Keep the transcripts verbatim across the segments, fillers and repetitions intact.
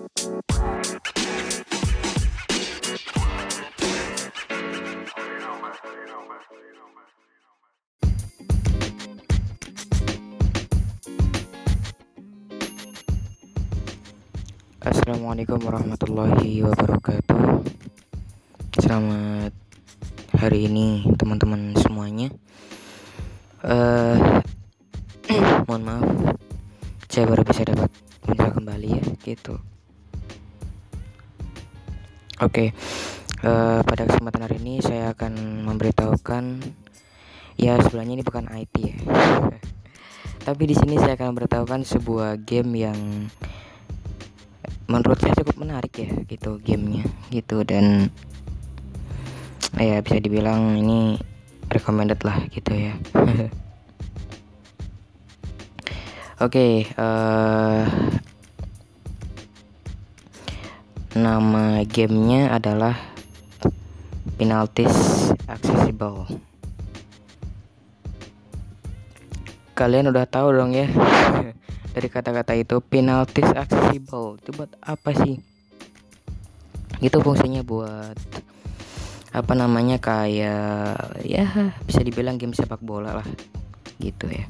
Assalamualaikum warahmatullahi wabarakatuh. Selamat hari ini teman-teman semuanya. uh, Mohon maaf, saya baru bisa dapat muncul kembali ya gitu. Oke, uh, pada kesempatan hari ini saya akan memberitahukan, ya sebenarnya ini bukan I T ya, tapi di sini saya akan memberitahukan sebuah game yang menurut saya cukup menarik ya gitu gamenya gitu, dan ya bisa dibilang ini recommended lah gitu ya. Oke, okay, uh, nama gamenya adalah Penalties Accessible. Kalian udah tahu dong ya dari kata-kata itu, Penalties Accessible itu buat apa sih? Itu fungsinya buat apa namanya, kayak ya bisa dibilang game sepak bola lah gitu ya.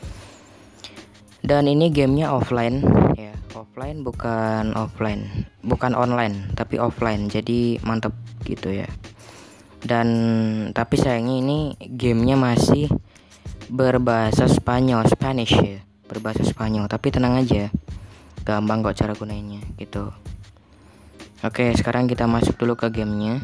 Dan ini gamenya offline ya, offline bukan offline, bukan online tapi offline, jadi mantep gitu ya. Dan tapi sayangnya ini gamenya masih berbahasa Spanyol, Spanish ya, berbahasa Spanyol, tapi tenang aja, gampang kok cara gunainnya gitu. Oke, sekarang kita masuk dulu ke gamenya.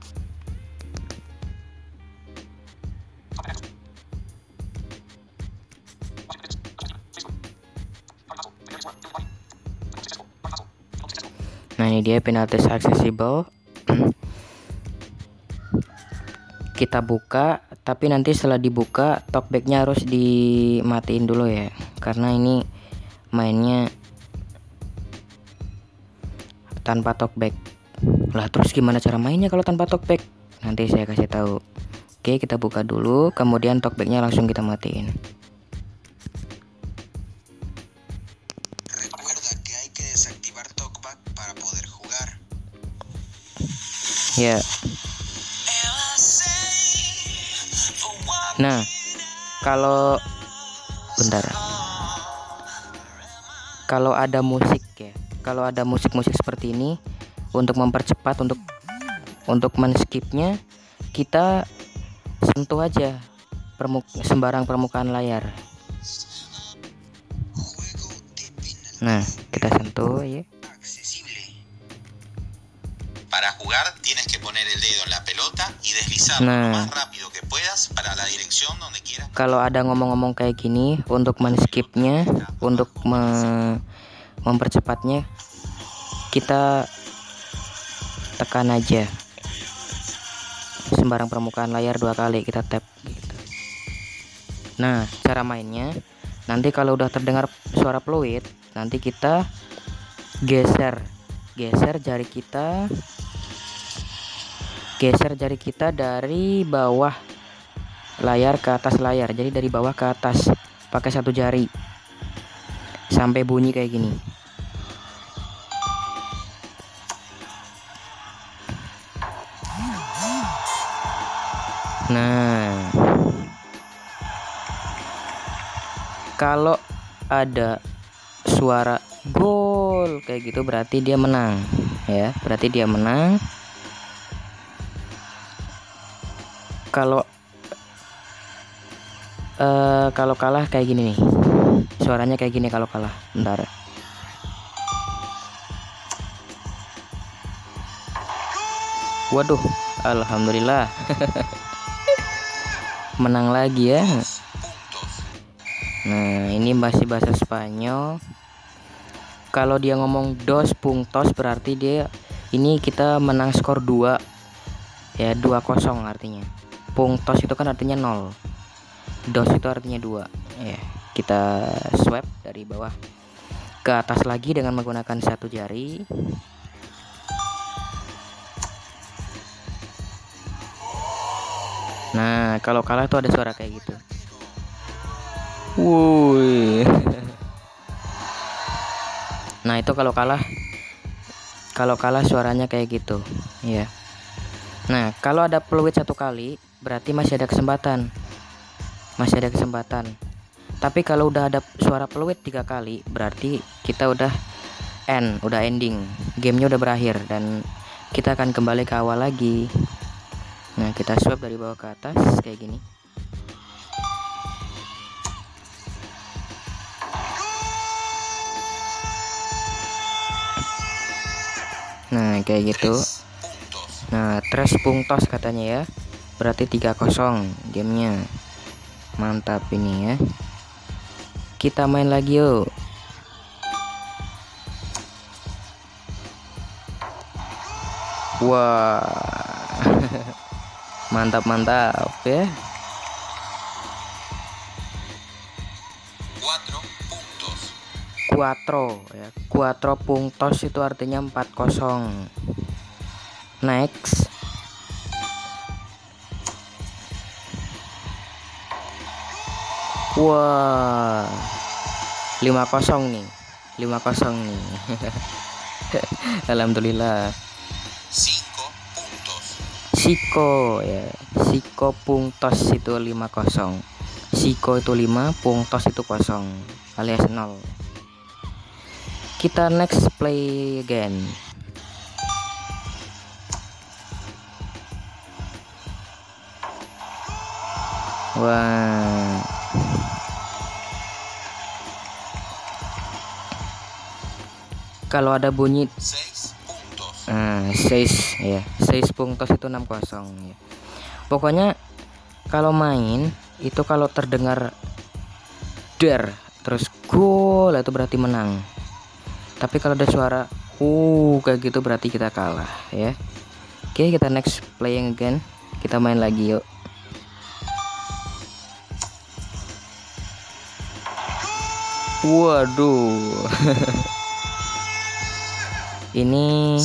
Nah, ini dia Penalties Accessible. Kita buka, tapi nanti setelah dibuka talkbacknya harus dimatiin dulu ya, karena ini mainnya tanpa talkback. Lah terus gimana cara mainnya kalau tanpa talkback? Nanti saya kasih tahu. Oke, kita buka dulu, kemudian talkbacknya langsung kita matiin. Ya. Nah, kalau bentar, kalau ada musik ya, kalau ada musik-musik seperti ini, untuk mempercepat, untuk untuk men-skipnya, kita sentuh aja permuk sembarang permukaan layar. Nah, kita sentuh ya. Para jugar tienes que poner el dedo en la pelota y deslizarlo nah, lo más rápido que puedas para la dirección donde quieras. Kalau ada ngomong-ngomong kayak gini, untuk men-skipnya, untuk me mempercepatnya, kita tekan aja sembarang permukaan layar dua kali, kita tap gitu. Nah, cara mainnya, nanti kalau udah terdengar suara fluid, nanti kita geser geser jari kita geser jari kita dari bawah layar ke atas layar, jadi dari bawah ke atas pakai satu jari sampai bunyi kayak gini. Nah, kalau ada suara gol kayak gitu berarti dia menang ya, berarti dia menang. Kalau uh, kalau kalah kayak gini nih, suaranya kayak gini kalau kalah. Bentar. Waduh, alhamdulillah. Menang lagi ya. Nah, ini masih bahasa Spanyol. Kalau dia ngomong dos puntos berarti dia ini kita menang skor dua ya, dua kosong artinya. Puntos itu kan artinya nol. Dos itu artinya dua. Ya, kita swipe dari bawah ke atas lagi dengan menggunakan satu jari. Nah, kalau kalah tuh ada suara kayak gitu. Wuih. Nah, itu kalau kalah Kalau kalah suaranya kayak gitu, ya. Nah, kalau ada peluit satu kali, berarti masih ada kesempatan. Masih ada kesempatan. Tapi kalau udah ada suara peluit tiga kali, berarti kita udah end, udah ending. Gamenya udah berakhir dan kita akan kembali ke awal lagi. Nah, kita swipe dari bawah ke atas kayak gini. Nah, kayak gitu. Nah, tres puntos katanya ya. Berarti tiga kosong gamenya. Mantap ini ya. Kita main lagi yuk. Wah. Mantap-mantap ya. Quattro ya. Quattro puntos itu artinya empat kosong. Next. Wah. lima kosong nih. lima kosong nih. Alhamdulillah. Siko ya. Siko puntos itu lima kosong. Siko itu lima, puntos itu kosong alias nol. Kita next play again. Wah. Kalau ada bunyi Nah, seis ya. seis puntos itu enam kosong ya. Pokoknya kalau main itu kalau terdengar der terus gol itu berarti menang. Tapi kalau ada suara uh kayak gitu berarti kita kalah ya. Oke, kita next playing again. Kita main lagi yuk. Waduh. Ini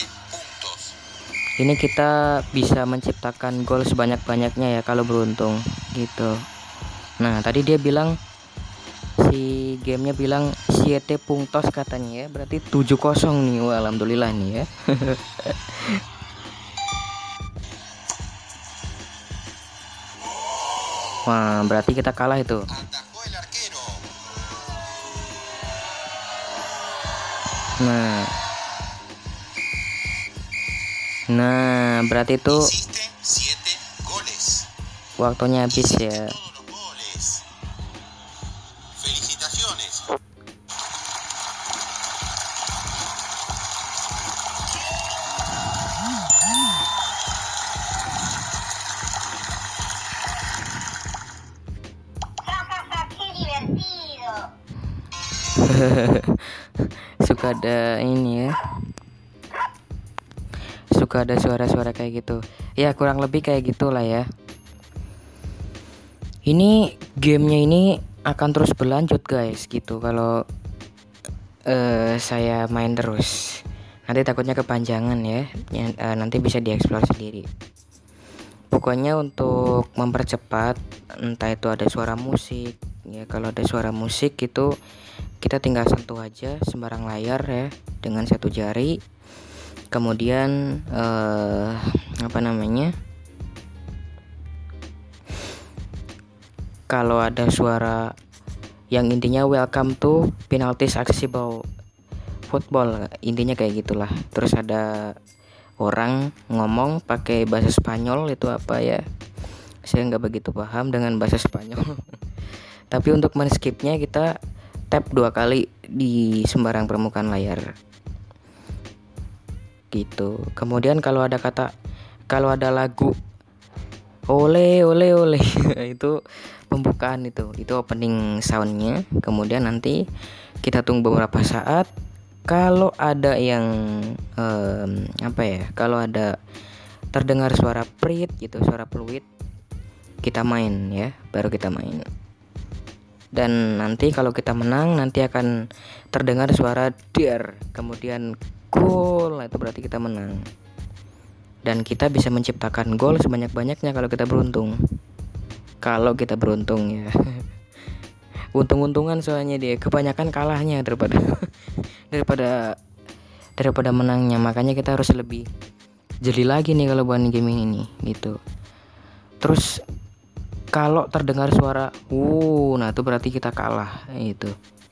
Ini kita bisa menciptakan gol sebanyak-banyaknya ya kalau beruntung gitu. Nah, tadi dia bilang si gamenya bilang siete puntos katanya ya, berarti tujuh kosong nih. Wah, alhamdulillah nih ya. Wah, berarti kita kalah itu. Nah. Nah, berarti itu waktunya habis ya. Suka ada ini ya. Suka ada suara-suara kayak gitu. Ya, kurang lebih kayak gitulah ya. Ini gamenya ini akan terus berlanjut guys gitu kalau uh, saya main terus. Nanti takutnya kepanjangan ya. Uh, nanti bisa dieksplor sendiri. Pokoknya untuk mempercepat, entah itu ada suara musik ya, kalau ada suara musik itu kita tinggal sentuh aja sembarang layar ya dengan satu jari. Kemudian eh, apa namanya, kalau ada suara yang intinya welcome to penalties accessible football, intinya kayak gitulah. Terus ada orang ngomong pakai bahasa Spanyol, itu apa ya, saya nggak begitu paham dengan bahasa Spanyol. Tapi untuk men-skipnya kita tap dua kali di sembarang permukaan layar gitu. Kemudian kalau ada kata, kalau ada lagu ole ole ole itu pembukaan, itu itu opening soundnya. Kemudian nanti kita tunggu beberapa saat. Kalau ada yang um, apa ya, kalau ada terdengar suara prit gitu, suara peluit, kita main ya, baru kita main. Dan nanti kalau kita menang, nanti akan terdengar suara der, kemudian gol, itu berarti kita menang. Dan kita bisa menciptakan gol sebanyak-banyaknya kalau kita beruntung. Kalau kita beruntung ya. Untung-untungan soalnya dia, kebanyakan kalahnya daripada daripada daripada menangnya. Makanya kita harus lebih jeli lagi nih kalau buat game ini gitu. Terus kalau terdengar suara uh nah itu berarti kita kalah itu.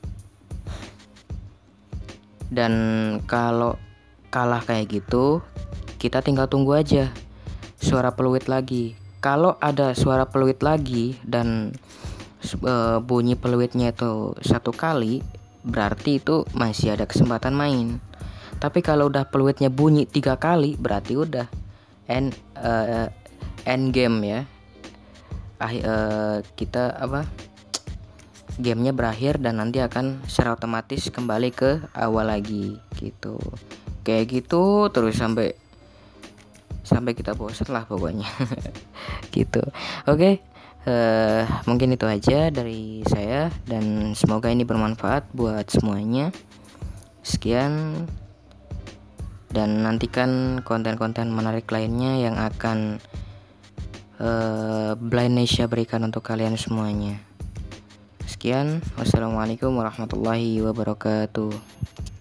Dan kalau kalah kayak gitu, kita tinggal tunggu aja suara peluit lagi. Kalau ada suara peluit lagi dan e, bunyi peluitnya itu satu kali, berarti itu masih ada kesempatan main. Tapi kalau udah peluitnya bunyi tiga kali, berarti udah end uh, end game ya. Ah, uh, kita apa? Gamenya berakhir dan nanti akan secara otomatis kembali ke awal lagi gitu. Kayak gitu terus sampai sampai kita bosan lah pokoknya. Gitu. Oke. Uh, mungkin itu aja dari saya dan semoga ini bermanfaat buat semuanya. Sekian, dan nantikan konten-konten menarik lainnya yang akan uh, Blindnesia berikan untuk kalian semuanya. Sekian, wassalamualaikum warahmatullahi wabarakatuh.